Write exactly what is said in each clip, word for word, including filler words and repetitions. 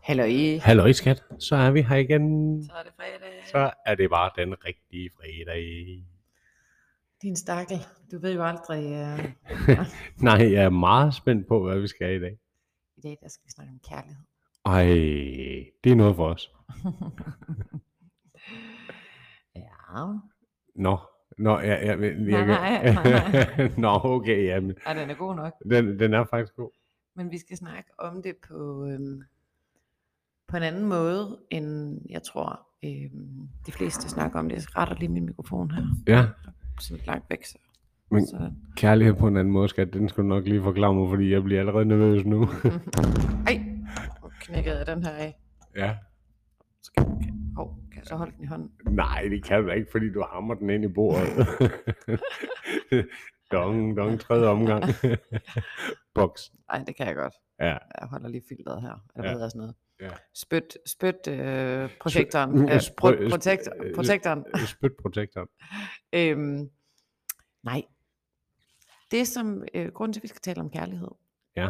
Halløj. Halløj skat, så er vi her igen. Så er det fredag. Så er det bare den rigtige fredag. Din stakkel, du ved jo aldrig. Uh... Nej, jeg er meget spændt på, hvad vi skal i dag. I dag der skal vi snakke om kærlighed. Ej, det er noget for os. Ja. Nå, nå, ja, ja, jeg, Nej, nej, nej, nej. Nå, okay, jamen. Ej, den er god nok. Den, den er faktisk god. Men vi skal snakke om det på, øhm, på en anden måde, end jeg tror, øhm, de fleste snakker om det. Jeg retter lige min mikrofon her. Ja. Sådan langt væk, så. Men Sådan. kærlighed på en anden måde, skat, den skal du nok lige forklare mig, fordi jeg bliver allerede nervøs nu. Ej, nu knækkede jeg den her af. Ja. Skal, okay. oh, kan jeg så holde den i hånden? Nej, det kan du ikke, fordi du hammer den ind i bordet. dong, dong, tredje omgang. Boks. Nej, det kan jeg godt. Ja. Jeg holder lige filteret her. Eller hvad Ja. hedder sådan noget? Ja. Spyt, spyt øh, projektoren. Spyt- Øh, pro- spyt- protektor, protektoren. Spytprotektoren. øhm, nej. Det som, øh, grunden til, at vi skal tale om kærlighed, Ja.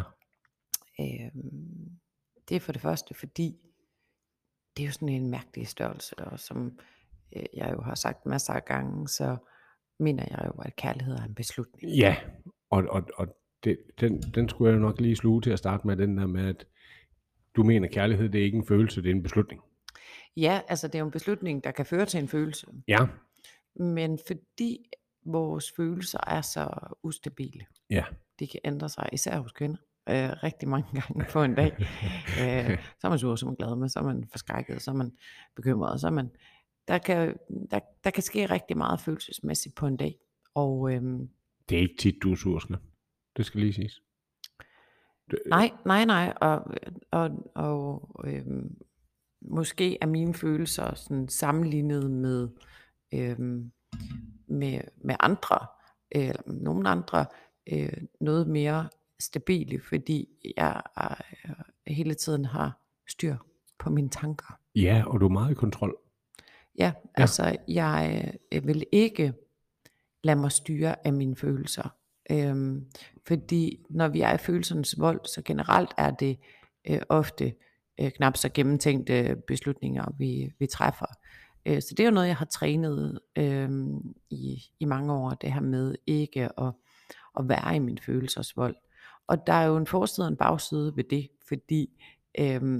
øhm, det er for det første, fordi det er jo sådan en mærkelig størrelse, og som øh, jeg jo har sagt masser af gange, så mener jeg jo, at kærlighed er en beslutning. Ja, og, og, og det, den, den skulle jeg jo nok lige sluge til at starte med, den der med, at du mener, kærlighed, det er ikke en følelse, det er en beslutning. Ja, altså det er jo en beslutning, der kan føre til en følelse. Ja. Men fordi vores følelser er så ustabile, Ja. de kan ændre sig, især hos kvinder, øh, rigtig mange gange på en dag. øh, så er man sur, så er man glad med, så er man forskrækket, så er man bekymret, så er man, der kan, der, der kan ske rigtig meget følelsesmæssigt på en dag. Og øhm, Det er ikke tit, du er sur, skat. Det skal lige siges. Det, nej, nej, nej, og, og, og øhm, måske er mine følelser sådan sammenlignet med, øhm, med, med andre, eller nogle andre, øh, noget mere stabile, fordi jeg er, hele tiden har styr på mine tanker. Ja, og du er meget i kontrol. Ja, altså jeg, jeg vil ikke lade mig styre af mine følelser. Øhm, fordi når vi er i følelsernes vold, så generelt er det øh, ofte øh, knap så gennemtænkte beslutninger, vi, vi træffer. Øh, så det er jo noget, jeg har trænet øh, i, i mange år, det her med ikke at, at være i min følelsers vold. Og der er jo en forside og en bagside ved det, fordi øh,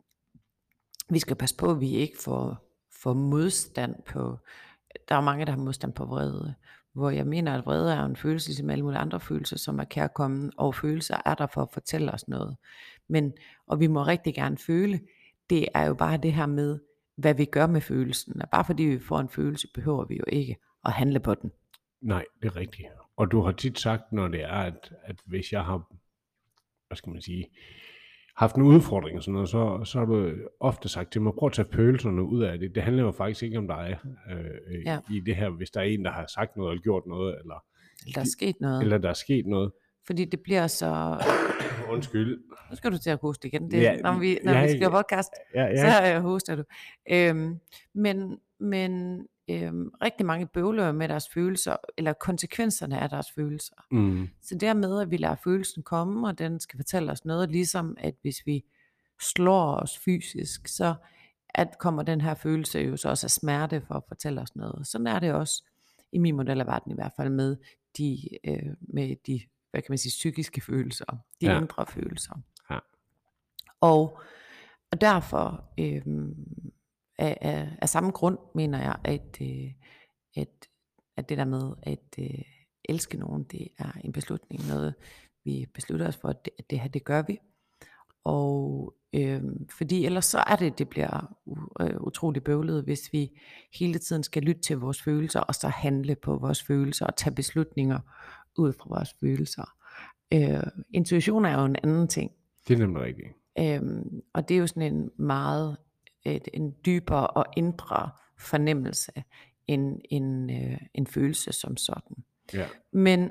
vi skal passe på, at vi ikke får, får modstand på, der er mange, der har modstand på vrede, hvor jeg mener, at vrede er en følelse, ligesom alle mulige andre følelser, som er kærkommen, og følelser er der for at fortælle os noget. Men, og vi må rigtig gerne føle, det er jo bare det her med, hvad vi gør med følelsen. Og bare fordi vi får en følelse, behøver vi jo ikke at handle på den. Nej, det er rigtigt. Og du har tit sagt, når det er, at, at hvis jeg har, hvad skal man sige, haft en udfordring og sådan noget, så, så har du ofte sagt til mig, prøv at tage følelserne ud af det. Det handler jo faktisk ikke om dig øh, Ja. i det her, hvis der er en, der har sagt noget eller gjort noget, eller Der er sket noget. eller der er sket noget. Fordi det bliver så... Undskyld. Nu skal du til at hoste igen. Det, Ja, når vi, når ja, vi skal have podcast, Ja, ja. så øh, hoster du. Øhm, men men øhm, rigtig mange bøvler med deres følelser, eller konsekvenserne af deres følelser. Mm. Så dermed, at vi lader følelsen komme, og den skal fortælle os noget, ligesom at hvis vi slår os fysisk, så at kommer den her følelse jo så også af smerte for at fortælle os noget. Sådan er det også i min model af verden i hvert fald med de, øh, med de hvad kan man sige, psykiske følelser, de Ja. indre følelser. Ja. Og, og derfor øh, af, af, af samme grund mener jeg, at, øh, at, at det der med at øh, elske nogen, det er en beslutning, noget vi beslutter os for, at det, at det her, det gør vi. Og øh, fordi ellers så er det, det bliver uh, utrolig bøvlet, hvis vi hele tiden skal lytte til vores følelser, og så handle på vores følelser, og tage beslutninger ud fra vores følelser. Øh, intuition er jo en anden ting. Det er nemlig rigtigt. Øhm, og det er jo sådan en meget et, en dybere og indre fornemmelse end en, øh, en følelse som sådan. Ja. Men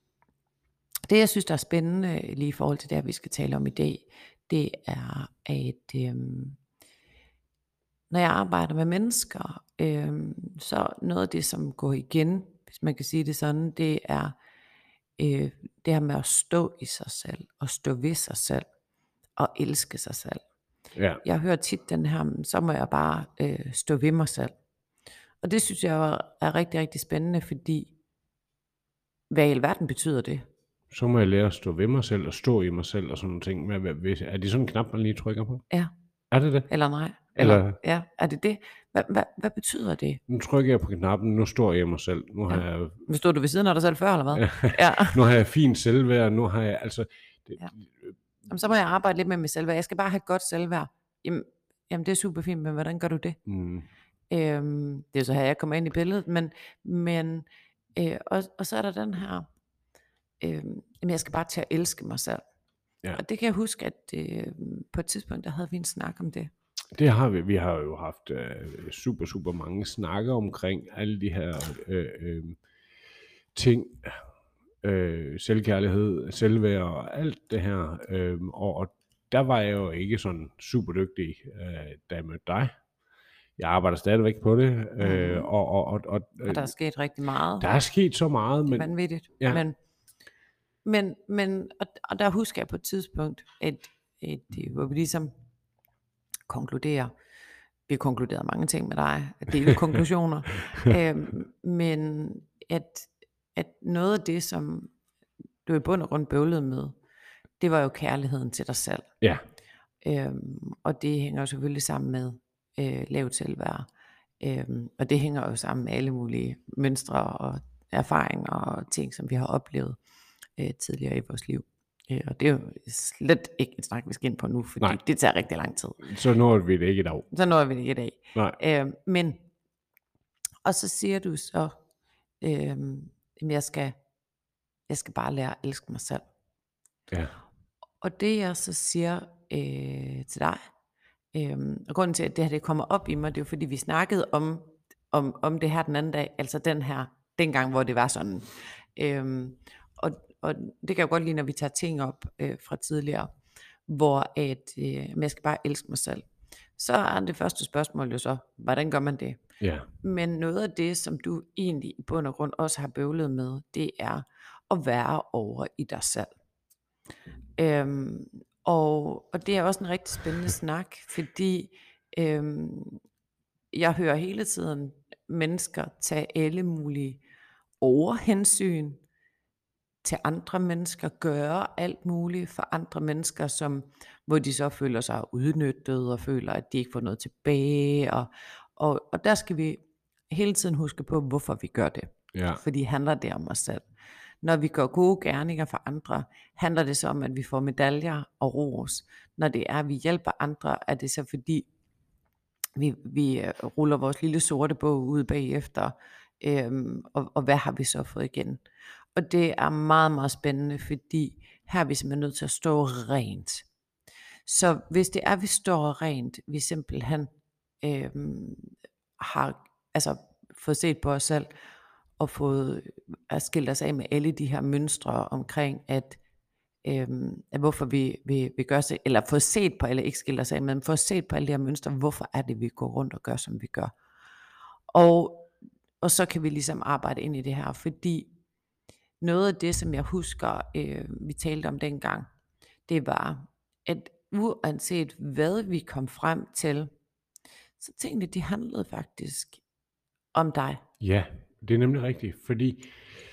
det jeg synes der er spændende lige i forhold til det vi skal tale om i dag, det er at øhm, når jeg arbejder med mennesker, øhm, så noget af det som går igen, hvis man kan sige det sådan, det er øh, det her med at stå i sig selv og stå ved sig selv og elske sig selv. Ja. Jeg hører tit den her, så må jeg bare øh, stå ved mig selv. Og det synes jeg er, er rigtig, rigtig spændende, fordi hvad i alverden betyder det? Så må jeg lære at stå ved mig selv og stå i mig selv og sådan nogle ting. Hvad, hvad, hvis- er det sådan en knap, man lige trykker på? Ja, Er det det? eller nej? Eller, Eller ja, er det det? Hvad, hvad, hvad betyder det? nu trykker jeg på knappen, nu står jeg i mig selv. Nu har Ja. jeg, Men stod du ved siden af dig selv før, eller hvad? Ja. nu har jeg fint selvværd, nu har jeg altså... Det, Ja. Jamen, så må jeg arbejde lidt med mig selvværd. Jeg skal bare have et godt selvværd. Jamen, jamen det er super fint, men hvordan gør du det? mm, Øhm, det er jo så her, jeg kommer ind i billedet, men, men øh, og, og så er der den her, øh, jamen jeg skal bare til at elske mig selv. Ja. Og det kan jeg huske, at øh, på et tidspunkt, der havde vi en snak om det. det har vi. Vi har jo haft øh, super, super mange snakker omkring alle de her øh, øh, ting. Øh, selvkærlighed, selvværd og alt det her. Øh, og, og der var jeg jo ikke sådan super dygtig, øh, da jeg mødte dig. Jeg arbejder stadigvæk på det. Øh, Mhm. og, og, og, og, Og der er sket rigtig meget. der er sket så meget, Det er men vanvittigt. ja. Men, men, men og, og der husker jeg på et tidspunkt, at, at øh, hvor vi ligesom konkluderer, vi konkluderer mange ting med dig, at dele konklusioner, øhm, men at, at noget af det, som du i bund og grund bøvlede med, det var jo kærligheden til dig selv. ja, Øhm, og det hænger jo selvfølgelig sammen med øh, lavt selvværd. Øhm, og det hænger jo sammen med alle mulige mønstre og erfaringer og ting, som vi har oplevet øh, tidligere i vores liv. Øh, og det er jo slet ikke et snak, vi skal ind på nu, fordi Nej. det tager rigtig lang tid. så når vi det ikke i dag. Så når vi det ikke i dag. Nej. Øhm, men, og så siger du så, øhm, jamen jeg skal, jeg skal bare lære at elske mig selv. Ja. Og det jeg så siger øh, til dig, øhm, og grunden til at det her det kommer op i mig, det er jo fordi vi snakkede om, om, om det her den anden dag, altså den her, dengang hvor det var sådan. Øhm, og, og det kan jeg jo godt lide, når vi tager ting op øh, fra tidligere, hvor at, øh, men jeg skal bare elske mig selv. Så er det første spørgsmål jo så, hvordan gør man det? Ja. Men noget af det, som du egentlig i bund og grund også har bøvlet med, det er at være over i dig selv. Øhm, og, og det er også en rigtig spændende snak, fordi øhm, jeg hører hele tiden mennesker tage alle mulige overhensyn til andre mennesker, gøre alt muligt for andre mennesker, som, hvor de så føler sig udnyttet og føler, at de ikke får noget tilbage. Og, og, og der skal vi hele tiden huske på, hvorfor vi gør det. Ja. Fordi handler det om os selv. Når vi gør gode gerninger for andre, handler det så om, at vi får medaljer og ros. Når det er, at vi hjælper andre, er det så fordi, vi, vi ruller vores lille sorte bog ud bagefter, øhm, og, og hvad har vi så fået igen? Og det er meget, meget spændende, fordi her er vi simpelthen nødt til at stå rent. Så hvis det er, at vi står rent, vi simpelthen øhm, har altså, fået set på os selv, og fået at skilt os af med alle de her mønstre omkring, at, øhm, at hvorfor vi, vi, vi gør sig, eller fået set på, eller ikke skilt os af, men fået set på alle de her mønstre, hvorfor er det, vi går rundt og gør, som vi gør. Og, og så kan vi ligesom arbejde ind i det her, fordi noget af det, som jeg husker, øh, vi talte om dengang, det var, at uanset hvad vi kom frem til, så tingene, de handlede faktisk om dig. Ja, det er nemlig rigtigt, fordi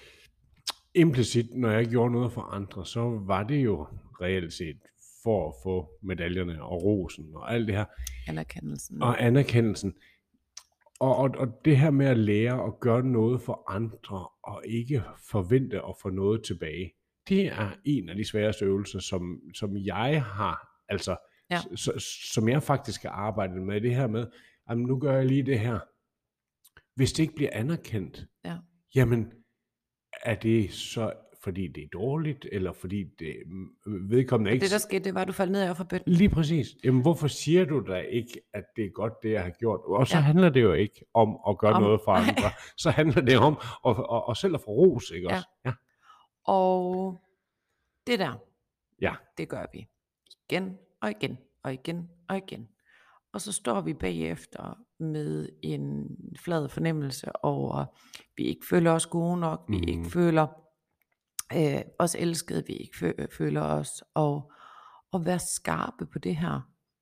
implicit, når jeg gjorde noget for andre, så var det jo reelt set for at få medaljerne og rosen og alt det her. Anerkendelsen. Og anerkendelsen. Og, og, og det her med at lære at gøre noget for andre, og ikke forvente at få noget tilbage, det er en af de sværeste øvelser, som, som jeg har, altså, Ja. s- som jeg faktisk har arbejdet med, det her med, jamen nu gør jeg lige det her. Hvis det ikke bliver anerkendt, Ja. jamen, er det så, fordi det er dårligt, eller fordi det vedkommende ikke... Det der skete, det var, at du faldt ned af for bøtten. Lige præcis. Jamen, hvorfor siger du da ikke, at det er godt, det jeg har gjort? Og så Ja. handler det jo ikke om at gøre Om- noget for andre. Så handler det om at, at, at selv at få ros, ikke Ja. også? Ja. Og det der, Ja. det gør vi igen og igen og igen og igen. Og så står vi bagefter med en flad fornemmelse over, at vi ikke føler os gode nok, vi Mhm. ikke føler øh, os elskede, vi ikke fø- føler os, og, og være skarpe på det her.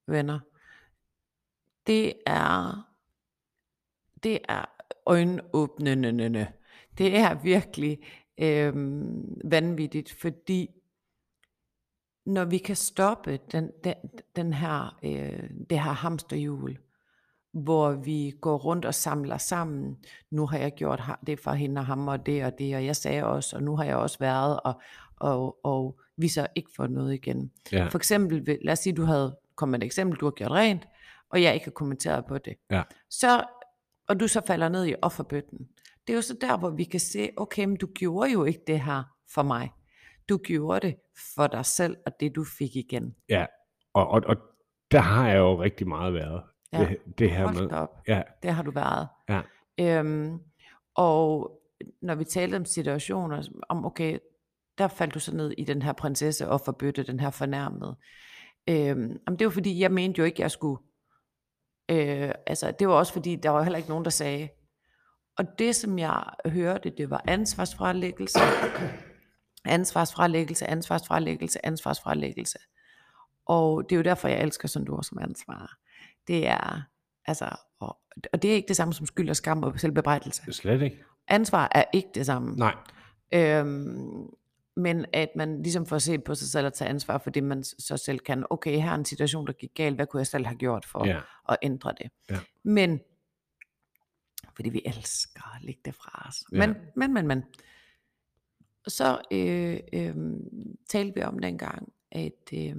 venner, det er, det er øjenåbnende. Det er virkelig øhm, vanvittigt, fordi når vi kan stoppe den, den, den her, øh, det her hamsterhjul, hvor vi går rundt og samler sammen, nu har jeg gjort det for hende og ham og det og det, og jeg sagde også, og nu har jeg også været, og, og, og vi så ikke får noget igen. Ja. For eksempel, lad os sige, du havde, kom med et eksempel, du har gjort rent, og jeg ikke har kommenteret på det. Ja. Så, og du så falder ned i offerbøtten. Det er jo så der, hvor vi kan se, okay, men du gjorde jo ikke det her for mig. Du gjorde det for dig selv, og det du fik igen. Ja, og, og, og der har jeg jo rigtig meget været. Ja, det, det her hold med. da op. Ja, Det har du været. ja, Øhm, og når vi talte om situationer, om okay, der faldt du så ned i den her prinsesse offerbøtte, den her fornærmede. Øhm, jamen det var fordi, jeg mente jo ikke, jeg skulle. Øh, altså det var også fordi, der var heller ikke nogen, der sagde. Og det som jeg hørte, det var ansvarsfralæggelse, ansvarsfralæggelse, ansvarsfralæggelse, ansvarsfralæggelse. Og det er jo derfor, jeg elsker sådan ord som ansvar. Det er, altså, og, og det er ikke det samme som skyld og skam og selvbebrejdelse. slet ikke. Ansvar er ikke det samme. Nej. Øhm, men at man ligesom får set på sig selv og tage ansvar for det, man så selv kan. Okay, her er en situation, der gik galt. Hvad kunne jeg selv have gjort for Ja. at ændre det? Ja. Men, fordi vi elsker at lægge det fra os. Ja. Men, men, men, men. Så øh, øh, talte vi om dengang, at øh,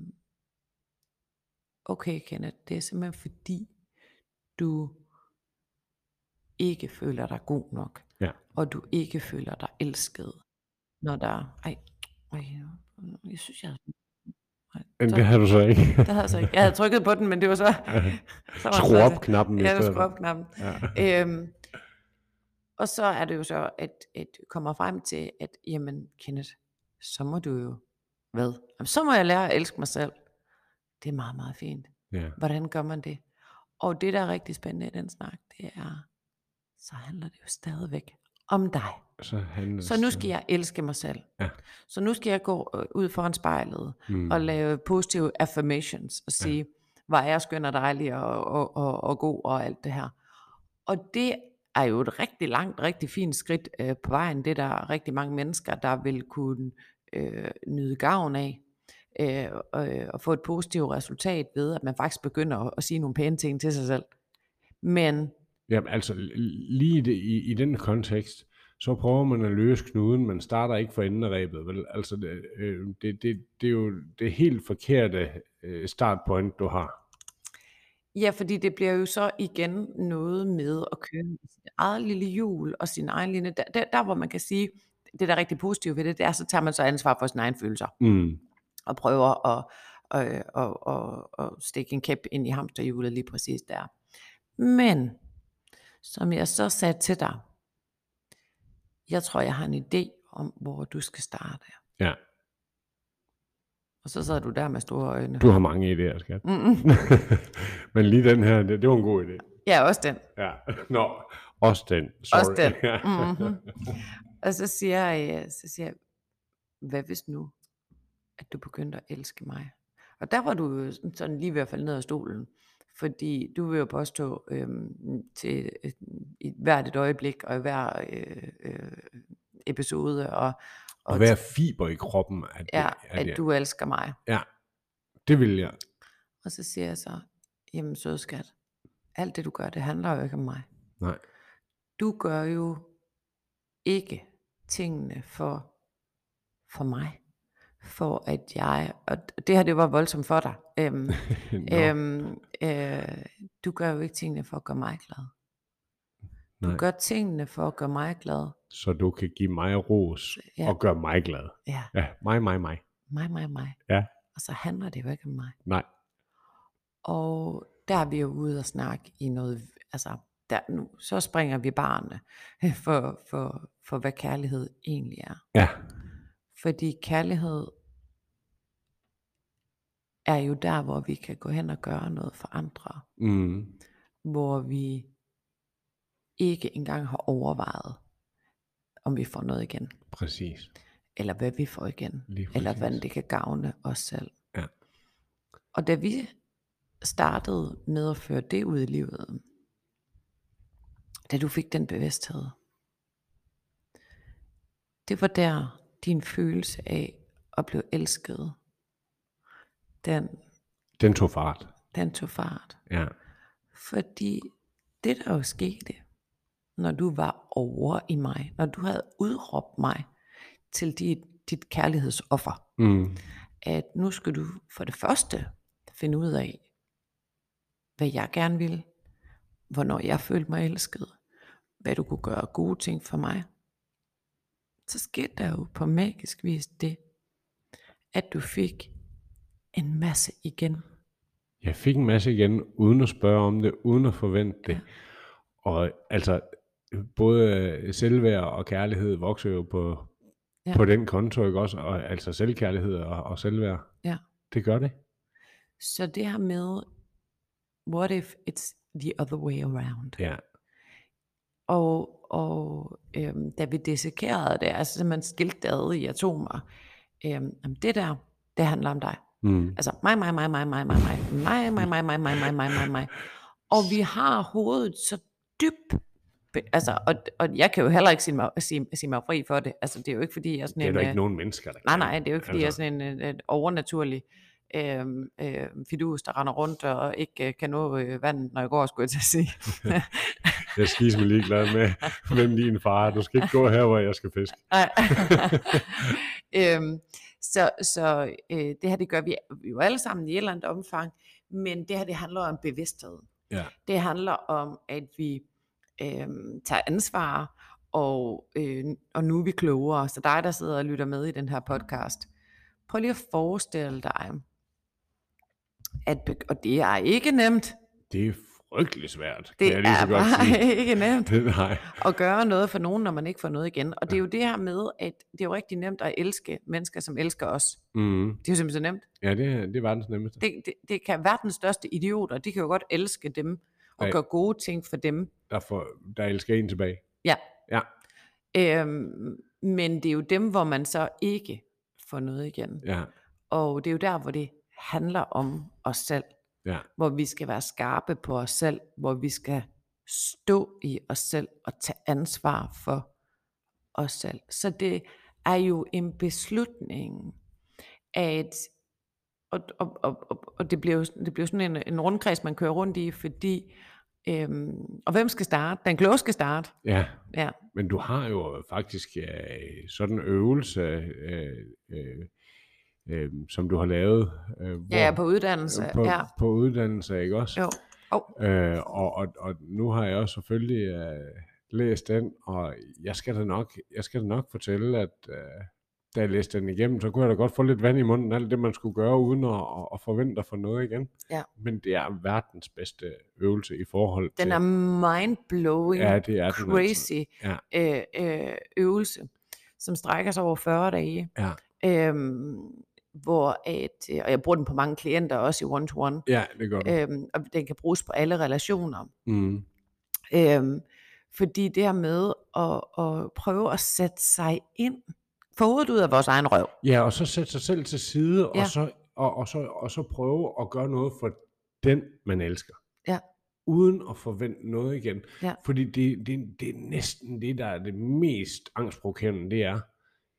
okay Kenneth, det er simpelthen fordi, du ikke føler dig god nok. Ja. Og du ikke føler dig elsket. Når der, ej, ej jeg synes jeg, ej, Men så, det havde du så ikke. det havde jeg så ikke. Jeg havde trykket på den, men det var så, så var Skru så- op knappen i Ja, det stedet. skru op knappen. Ja. Øhm, og så er det jo så, at, at kommer frem til, at jamen Kenneth, så må du jo, hvad? Jamen, så må jeg lære at elske mig selv. Det er meget, meget fint. Ja. Hvordan gør man det? Og det, der er rigtig spændende i den snak, det er, så handler det jo stadigvæk om dig. Så, handler Så nu skal jeg elske mig selv. Ja. Så nu skal jeg gå øh, ud foran spejlet Mm. og lave positive affirmations og sige, ja. Hvor er jeg skøn og dejlig og, og, og, og god og alt det her. Og det er jo et rigtig langt, rigtig fint skridt øh, på vejen. Det er der rigtig mange mennesker, der vil kunne øh, nyde gavn af. Øh, og, og få et positivt resultat ved, at man faktisk begynder at, at sige nogle pæne ting til sig selv. Men Jamen altså, lige i, det, i, i den kontekst, så prøver man at løse knuden, men starter ikke for enden af rebet. Vel? Altså, det, øh, det, det, det er jo det helt forkerte øh, startpoint, du har. ja, fordi det bliver jo så igen noget med at køre sit eget lille hjul og sin egen linje. Der, der, der hvor man kan sige, det der er rigtig positivt ved det, det er, så tager man så ansvar for sine egne følelser. Mm. Og prøver at, at, at, at, at stikke en kæp ind i hamsterhjulet lige præcis der. Men, som jeg så sagde til dig, jeg tror, jeg har en idé om, hvor du skal starte. Ja. Og så sad du der med store øjne. Du har mange idéer, skat. Mm-mm. Men lige den her, det, det var en god idé. Ja, også den. Ja. Nå, også den. Sorry. Også den. Mm-hmm. Og så siger jeg, så siger jeg, hvad hvis nu, at du begyndte at elske mig? Og der var du jo sådan lige ved at falde ned af stolen. Fordi du vil jo påstå øhm, til øh, i hvert et øjeblik og i hver øh, øh, episode og, Og hver fiber i kroppen. At, det, ja, at, at jeg, du elsker mig. Ja, det vil jeg. Og så siger jeg så, jamen søde skat, alt det du gør, det handler jo ikke om mig. Nej. Du gør jo ikke tingene for, for mig. For at jeg, og det her det var voldsomt for dig. Øhm, øhm, øh, du gør jo ikke tingene for at gøre mig glad. Du Nej. gør tingene for at gøre mig glad. Så du kan give mig ros Ja. og gøre mig glad. Ja, Ja, mig, mig, mig. mig, mig, mig. Ja. Og så handler det jo ikke om mig. Nej. Og der er vi jo ude og snakke i noget, altså der, nu, så springer vi barne for, for, for hvad kærlighed egentlig er. Ja. Fordi kærlighed er jo der, hvor vi kan gå hen og gøre noget for andre. Mm. Hvor vi ikke engang har overvejet, om vi får noget igen. Præcis. Eller hvad vi får igen. Lige Eller præcis. hvordan det kan gavne os selv. Ja. Og da vi startede med at føre det ud i livet, da du fik den bevidsthed, det var der din følelse af at blive elsket, den, Den tog fart. den tog fart. Ja. Fordi det der jo skete, når du var over i mig, når du havde udråbt mig til dit, dit kærlighedsoffer, Mm. at nu skal du for det første finde ud af, hvad jeg gerne vil, hvornår jeg følte mig elsket, hvad du kunne gøre gode ting for mig, så skete der jo på magisk vis det, at du fik en masse igen. Jeg fik en masse igen, uden at spørge om det, uden at forvente det. Ja. Og altså, både selvværd og kærlighed vokser jo på, Ja. på den konto, ikke også? Og, altså selvkærlighed og, og selvværd. Ja. Det gør det. Så det her med, what if it's the other way around? Ja. Og, og øhm, da vi dissekerede det, altså man skilte det ad i atomer, øhm, jamen det der, det handler om dig. Mm. Altså mig, mig, mig, mig, mig, mig, mig, mig, mig, mig, mig, mig, mig, mig, mig, mig. Og vi har hovedet så dybt, altså, og, og jeg kan jo heller ikke sige mig, sige, sige mig fri for det. Altså det er jo ikke fordi jeg er sådan Det er en, der ikke øh, nogen mennesker, der nej, kan. nej, det er jo ikke fordi Altså. jeg er sådan en, en, en overnaturlig øh, øh, fidus, der render rundt og ikke øh, kan nå øh, vandet, når jeg går, skulle jeg til at sige. Jeg er skisme ligeglad med, hvem din far er. Du skal ikke gå her, hvor jeg skal fiske. Nej. øhm, så så øh, det her, det gør vi jo alle sammen i et eller andet omfang, men det her, det handler om bevidsthed. Ja. Det handler om, at vi øh, tager ansvar, og, øh, og nu er vi klogere. Så dig, der sidder og lytter med i den her podcast, prøv lige at forestille dig, at, og det er ikke nemt, Det er frygtelig svært, det kan jeg lige så er godt bare sige. ikke nemt Nej. at gøre noget for nogen, når man ikke får noget igen. Og det er jo det her med, at det er jo rigtig nemt at elske mennesker, som elsker os. Mm. Det er jo simpelthen så nemt. Ja, det, er- det er verdens nemmeste. Det, det, det kan verdens største idioter, de kan jo godt elske dem, og Ja. gøre gode ting for dem. Der, får, der elsker en tilbage. Ja. Ja. Øhm, men det er jo dem, hvor man så ikke får noget igen. Ja. Og det er jo der, hvor det handler om os selv. Ja. Hvor vi skal være skarpe på os selv, hvor vi skal stå i os selv og tage ansvar for os selv. Så det er jo en beslutning, at og, og, og, og, og det bliver jo det bliver sådan en, en rundkreds, man kører rundt i, fordi øhm, og hvem skal starte? Den kloge skal starte. Ja. Ja. Men du har jo faktisk øh, sådan en øvelse, øh, øh, øh, som du har lavet. Øh, hvor, Ja, på uddannelse. på, Ja. på uddannelse, ikke også? Jo. Oh. Øh, og, og, og nu har jeg også selvfølgelig øh, læst den, og jeg skal da nok, jeg skal da nok fortælle, at øh, da jeg læste den igennem, så kunne jeg da godt få lidt vand i munden, alt det man skulle gøre, uden at, at, at forvente at få noget igen. Ja. Men det er verdens bedste øvelse i forhold til... Den er mind-blowing, Ja, det er den crazy altså. Ja. øh, øh, øvelse, som strækker sig over fyrre dage. Ja. Øhm, hvor at, og jeg bruger den på mange klienter, også i one-to-one, Ja, det gør du. øhm, og den kan bruges på alle relationer. Mm. Øhm, fordi det her med at, at prøve at sætte sig ind, få hovedet ud af vores egen røv. Ja, og så sætte sig selv til side, Ja. og, så, og, og, så, og så prøve at gøre noget for den, man elsker. Ja. Uden at forvente noget igen. Ja. Fordi det, det, det er næsten det, der er det mest angstprovokerende, det er,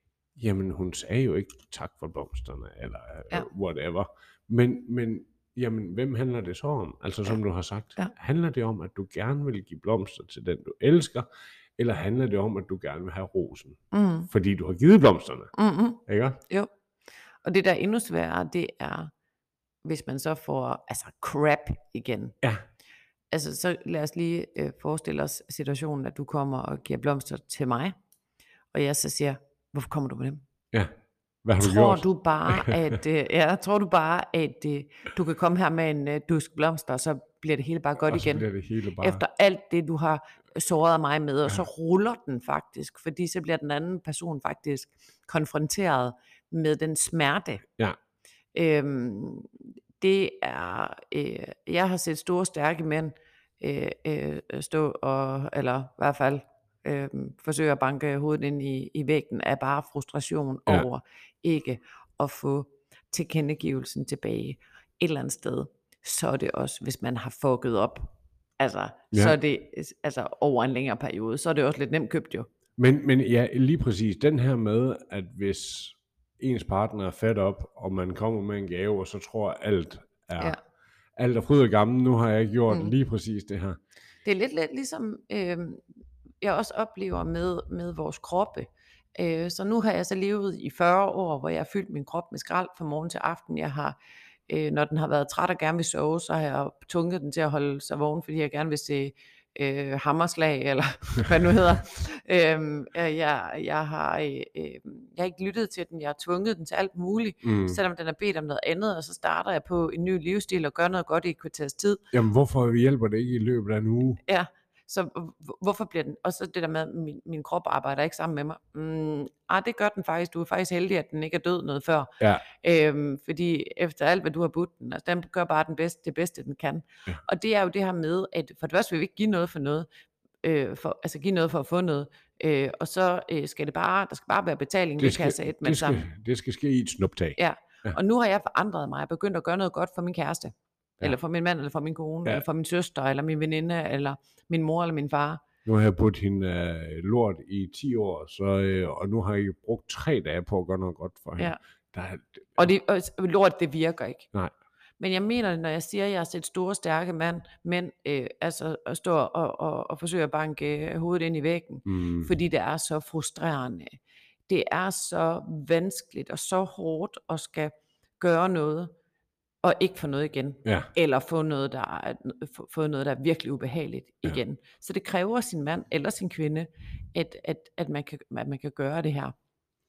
jamen hun sagde jo ikke tak for blomsterne, eller Ja. uh, whatever. Men, men jamen, hvem handler det så om? Altså som Ja. du har sagt, Ja. handler det om, at du gerne vil give blomster til den, du elsker, eller handler det om, at du gerne vil have rosen? Mm. Fordi du har givet blomsterne, Mm-hmm. ikke? Jo. Og det der er endnu sværere, det er, hvis man så får altså crap igen. Ja. Altså så lad os lige øh, forestille os situationen, at du kommer og giver blomster til mig, og jeg så siger, hvorfor kommer du med dem? Ja. Hvad har du Tror gjort? du bare, at øh, ja, tror du bare, at øh, du kan komme her med en øh, dusk blomster, og så bliver det hele bare godt Og så igen? bliver det hele bare... Efter alt det, du har såret mig med, og så ruller den faktisk, fordi så bliver den anden person faktisk konfronteret med den smerte. Ja. Øhm, det er, øh, jeg har set store, stærke mænd øh, øh, stå og, eller i hvert fald øh, forsøge at banke hovedet ind i, i væggen af bare frustration Ja. over ikke at få tilkendegivelsen tilbage. Et eller andet sted så er det også, hvis man har fucket op, altså, Ja. så er det altså, over en længere periode, så er det også lidt nemt købt jo. Men, men ja, lige præcis den her med, at hvis ens partner er fed op, og man kommer med en gave, og så tror alt er, Ja. alt er fryd og gammel, nu har jeg gjort Mm. lige præcis det her. Det er lidt, lidt ligesom, øh, jeg også oplever med, med vores kroppe. Øh, så nu har jeg så levet i fyrre år, hvor jeg har fyldt min krop med skrald fra morgen til aften. Jeg har, øh, når den har været træt og gerne vil sove, så har jeg tvunget den til at holde sig vågen, fordi jeg gerne vil se øh, hammerslag, eller hvad det nu hedder. øhm, jeg, jeg, har, øh, jeg har ikke lyttet til den, jeg har tvunget den til alt muligt, Mm. selvom den har bedt om noget andet, og så starter jeg på en ny livsstil og gør noget godt i et kvarters tid. Jamen, hvorfor hjælper det ikke i løbet af en uge? Ja, så h- hvorfor bliver den, og så det der med, at min, min krop arbejder ikke sammen med mig. Mm, ah, det gør den faktisk, du er faktisk heldig, at den ikke er død noget før. Ja. Øhm, fordi efter alt, hvad du har budt den, altså den gør bare den bedste, det bedste, den kan. Ja. Og det er jo det her med, at for det første vil vi ikke give noget for noget, øh, for, altså give noget for at få noget, øh, og så øh, skal det bare, der skal bare være betaling, det, det kan jeg sætte med det, sammen. skal, det skal ske i et snuptag. Ja. Ja. Og nu har jeg forandret mig, jeg er begyndt at gøre noget godt for min kæreste, Ja. eller for min mand, eller for min kone, Ja. eller for min søster, eller min veninde, eller min mor, eller min far. Nu har jeg budt hende øh, lort i ti år, så, øh, og nu har jeg brugt tre dage på at gøre noget godt for hende. Ja. Der er, Og, det, og lort, det virker ikke. Nej. Men jeg mener det, når jeg siger, at jeg har set store, stærke mand, mænd øh, altså at stå og, og, og forsøge at banke øh, hovedet ind i væggen, mm, fordi det er så frustrerende. Det er så vanskeligt og så hårdt at skal gøre noget, og ikke få noget igen. ja, Eller få noget, der er, få, få noget, der er virkelig ubehageligt Ja. igen. Så det kræver sin mand eller sin kvinde, at, at, at, man, kan, at man kan gøre det her.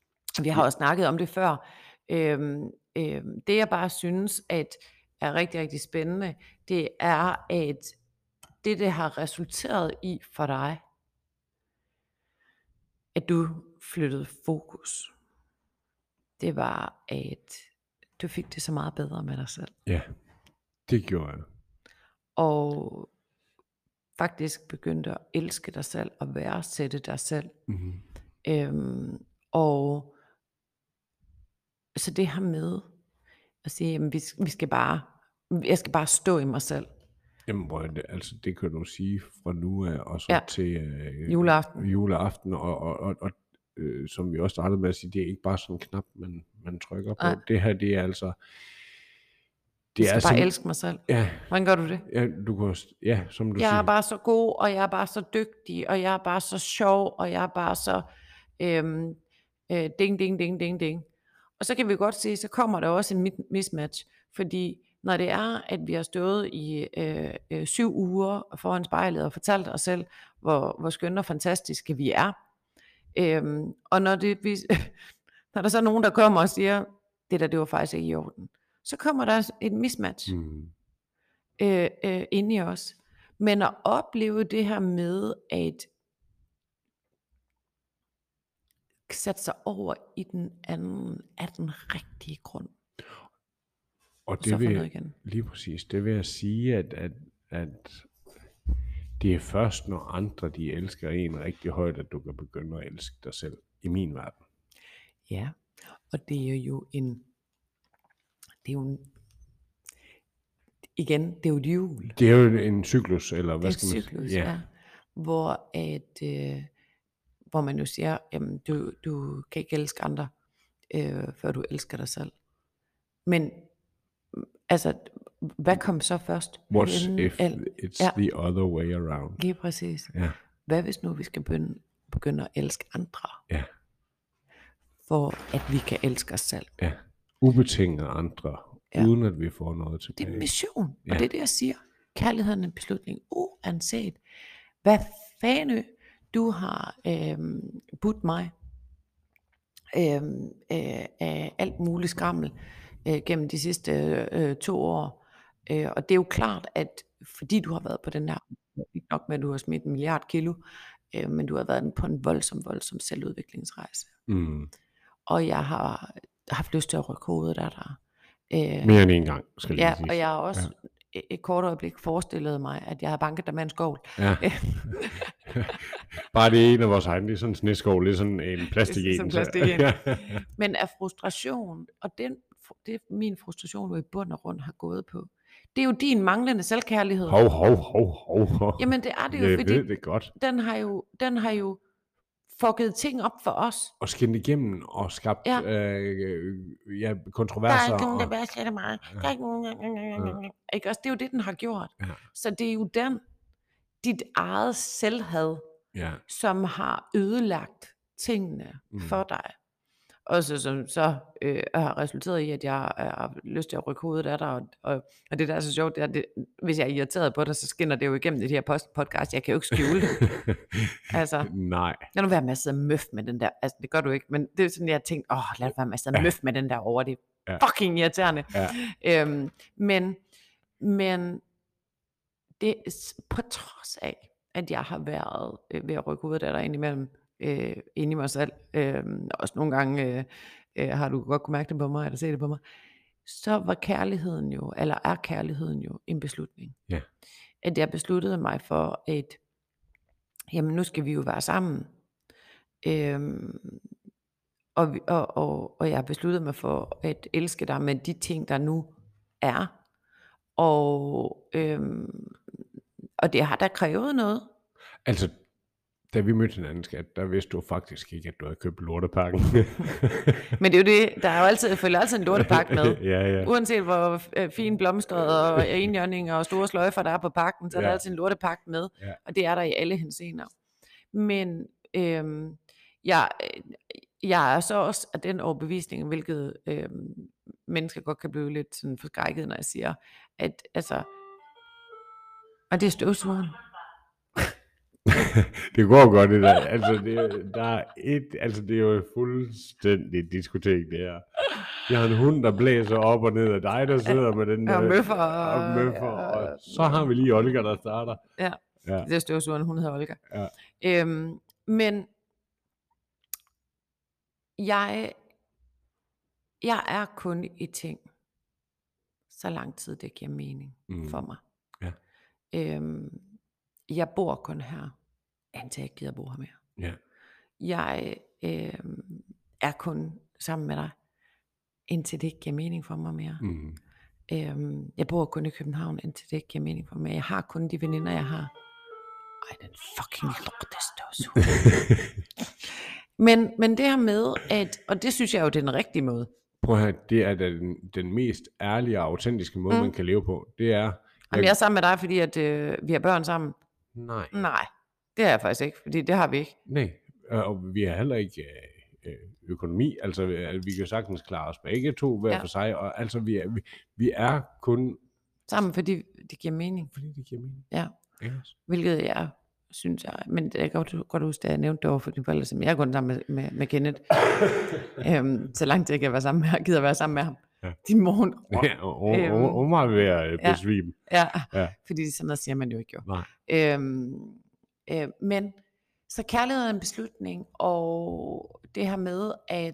Vi har også snakket om det før. Øhm, øhm, det jeg bare synes, at er rigtig, rigtig spændende, det er, at det, det har resulteret i for dig, at du flyttede fokus, det var, at du fik det så meget bedre med dig selv. ja, det gjorde jeg. Og faktisk begyndte at elske dig selv og værdsætte dig selv. Mm-hmm. Øhm, og så det her med at sige, jamen, vi, vi skal bare, jeg skal bare stå i mig selv. Jamen, bror, det, altså, det kan du sige fra nu af, og så Ja. til øh, Juleaften. juleaften, og, og, og, og øh, som vi også startede med at sige, det er ikke bare sådan en knap, man, man trykker på. Nej. Det her, det er altså, Jeg det skal er bare sådan, elske mig selv. ja, Hvordan gør du det? ja, du kan, også- ja, som du Jeg siger. er bare så god, og jeg er bare så dygtig, og jeg er bare så sjov, og jeg er bare så øhm, øh, ding, ding, ding, ding, ding. Og så kan vi godt se, så kommer der også en mi- mismatch, fordi når det er, at vi har stået i øh, øh, syv uger foran spejlet og fortalt os selv, hvor, hvor skønne og fantastiske vi er, øhm, og når, det, vi, når der så er nogen, der kommer og siger, det der, det var faktisk ikke i orden, så kommer der et mismatch. Mm. Øh, øh, inde i os. Men at opleve det her med at sætte sig over i den anden af den rigtige grund, Og så det få vil, noget igen. lige præcis, det vil jeg sige, at, at, at det er først, når andre de elsker en rigtig højt, at du kan begynde at elske dig selv, i min verden. Ja, og det er jo en, det er jo en, igen, det er jo et hjul. Det er jo en cyklus, eller hvad Det er skal et man cyklus, sige? ja. Hvor, at, øh, hvor man jo siger, jamen, du, du kan ikke elske andre, øh, før du elsker dig selv. Men altså, hvad kom så først? What's Inden if alt- it's ja. the other way around? Lige præcis. Ja, Hvad hvis nu vi skal begynde, begynde at elske andre, ja, for at vi kan elske os selv? ja. Ubetinget andre, Ja. ja. uden at vi får noget Det er tilbage. en mission, Ja. og det er det, jeg siger. Kærligheden er en beslutning, uanset hvad fanden du har øhm, budt mig øhm, øh, af alt muligt skrammel øh, gennem de sidste øh, to år. Øh, og det er jo klart, at fordi du har været på den her, ikke nok med at du har smidt en milliard kilo, øh, men du har været på en voldsom, voldsom selvudviklingsrejse. Mm. Og jeg har haft lyst til at rykke hovedet af dig. Øh, Mere end en gang, skal jeg ja, lige sige. og jeg har også ja. et kort øjeblik forestillet mig, at jeg havde banket dig med en skovl. Ja. Bare det er en af vores egne, det er sådan en sneskål, det er sådan en plastik Det er sådan en. en plastik en. Men af frustration, og den det min frustration jo i bund og grund har gået på. Det er jo din manglende selvkærlighed. Hov, hov, hov, hov, hov. Jamen det er det jo, Jeg fordi ved det godt. den har jo, den har jo fucket ting op for os. Og skinnede igennem og skabt Ja. øh, ja, Der er kontroverser. ikke nogen, der og, værdsætter mig. Der er ikke nogen, Ja. ikke også? Det er jo det, den har gjort. Ja. Så det er jo den, dit eget selvhad, ja. som har ødelagt tingene Mm. for dig. Og så, som så øh, har resulteret i, at jeg har lyst til at rykke hovedet af dig. Og, og, og det der er så sjovt, det er, det, hvis jeg er irriteret på dig, så skinner det jo igennem det her post- podcast. Jeg kan jo ikke skjule det. Altså, Nej. lad nu være med at sidde møf med den der. Altså, det gør du ikke, men det er sådan, jeg har tænkt, åh, lad være med at sidde møf med den der over. Det er Ja. fucking irriterende. Ja. Øhm, men, men det på trods af, at jeg har været øh, ved at rykke hovedet af dig indimellem, øh, ind i mig selv, øh, også nogle gange øh, øh, har du godt kunne mærke det på mig, eller se det på mig, så var kærligheden jo, eller er kærligheden jo en beslutning. Ja. At jeg besluttede mig for, at jamen nu skal vi jo være sammen. Øhm, og, vi- og, og, og jeg besluttede mig for at elske dig med de ting, der nu er. Og, øhm, og det har da krævet noget. Altså, da vi mødte hinanden, skat, der vidste du faktisk ikke, at du havde købt lortepakken. Men det er jo det, der er jo altid, følger altid en lortepakke med. ja, ja. Uanset hvor øh, fin blomstret og enhjørninger og store sløjfer der er på pakken, så er der Ja. altid en lortepakke med. Ja. Og det er der i alle henseender. Men øhm, jeg, jeg er så også af den overbevisning, hvilket øhm, mennesker godt kan blive lidt sådan forskrækket, når jeg siger, at altså, og det er støvsugeren. Det går godt det der. Altså, det er, der er et, altså, det er jo et fuldstændigt diskotek, det her. Jeg har en hund, der blæser op og ned af dig, der sidder med den der... Og møffer. Og, og møffer, og så har vi lige Olga, der starter. Ja, Ja. det er støvsugeren, hun hedder Olga. Ja. Øhm, men jeg, jeg er kun i ting, så lang tid det giver mening Mm. for mig. Ja. Øhm, jeg bor kun her, indtil jeg ikke gider bo her mere. Ja. Jeg øhm, er kun sammen med dig, indtil det ikke giver mening for mig mere. Mm. Øhm, jeg bor kun i København, indtil det ikke giver mening for mig. Jeg har kun de veninder, jeg har. Ej, den fucking lortestøvsuger. men, men det her med, at, og det synes jeg jo, det er den rigtige måde. Prøv at høre, det er den, den mest ærlige og autentiske måde, Mm. man kan leve på. Det er... Jamen, jeg er sammen med dig, fordi at, øh, vi har børn sammen. Nej. Nej, det er jeg faktisk ikke, fordi det har vi ikke. Nej, og vi har heller ikke øh, økonomi. Altså, øh, vi kan sagtens klare os begge to hver Ja. for sig. Og altså, vi er, vi, vi er kun... Sammen, fordi det giver mening. Fordi det giver mening. Ja, Ikke også? hvilket jeg synes jeg, men jeg kan godt, godt huske, at jeg nævnte det over for dine forældre, som jeg er kun sammen med, med, med Kenneth. øhm, så langt jeg kan være sammen med ham, gider være sammen med ham. Ja. Din morgen. Ja, og, og, Øhm, og, og meget ved at ja. besvime. Ja, Ja. fordi sådan noget siger man jo ikke jo. Nej. Øhm, øh, men så kærlighed er en beslutning, og det her med at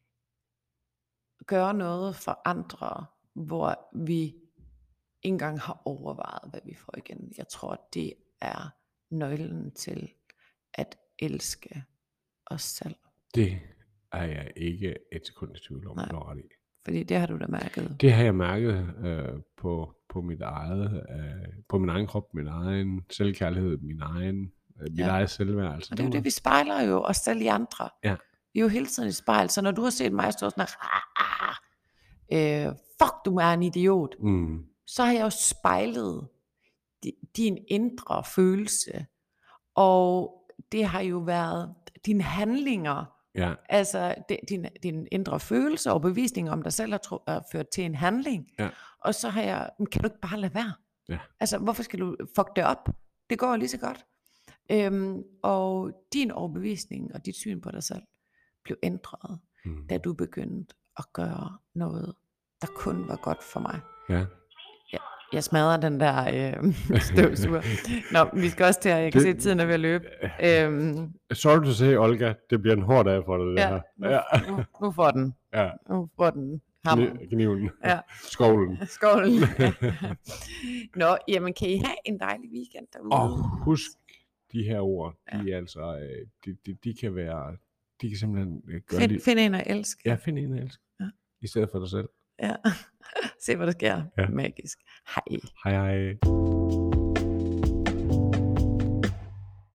gøre noget for andre, hvor vi ikke engang har overvejet, hvad vi får igen. Jeg tror, det er nøglen til at elske os selv. Det er jeg ikke et sekund i tvivl om, Nej. du har ret i. Fordi det har du da mærket. Det har jeg mærket øh, på, på mit eget, øh, på min egen krop, min egen selvkærlighed, min egen, øh, mit Ja. eget selvværd. Altså, Og det er jo det, vi spejler jo os selv i andre. Ja. Vi er jo hele tiden i spejl, så når du har set mig stå sådan her, øh, fuck, du er en idiot, Mm. så har jeg jo spejlet di- din indre følelse, og det har jo været dine handlinger, Ja, altså det, din, din indre følelse og bevisning om dig selv har, tro, har ført til en handling, Ja. og så har jeg, men kan du ikke bare lade være? Ja. Altså hvorfor skal du fuck det op? Det går lige så godt. Øhm, og din overbevisning og dit syn på dig selv blev ændret, mm. da du begyndte at gøre noget, der kun var godt for mig. ja. Jeg smadrer den der øh, støvsuger. Nå, vi skal også til at, jeg kan Det- se, at tiden er ved at løbe. Øhm, Sorry to say, Olga, det bliver en hård dag for dig, det ja, her. nu, Ja, nu, nu får den. ja. Nu får den hammer. Kni- Kniven. Ja. Skovlen. Skål. Nå, jamen kan I have en dejlig weekend derude? Og husk, de her ord, de er altså, øh, de, de, de kan være, de kan simpelthen øh, gøre Find, det. find en at elske. Ja, find en at elske. Ja. I stedet for dig selv. Ja. Se hvad der sker. Ja. Magisk. Hej. Hej hej.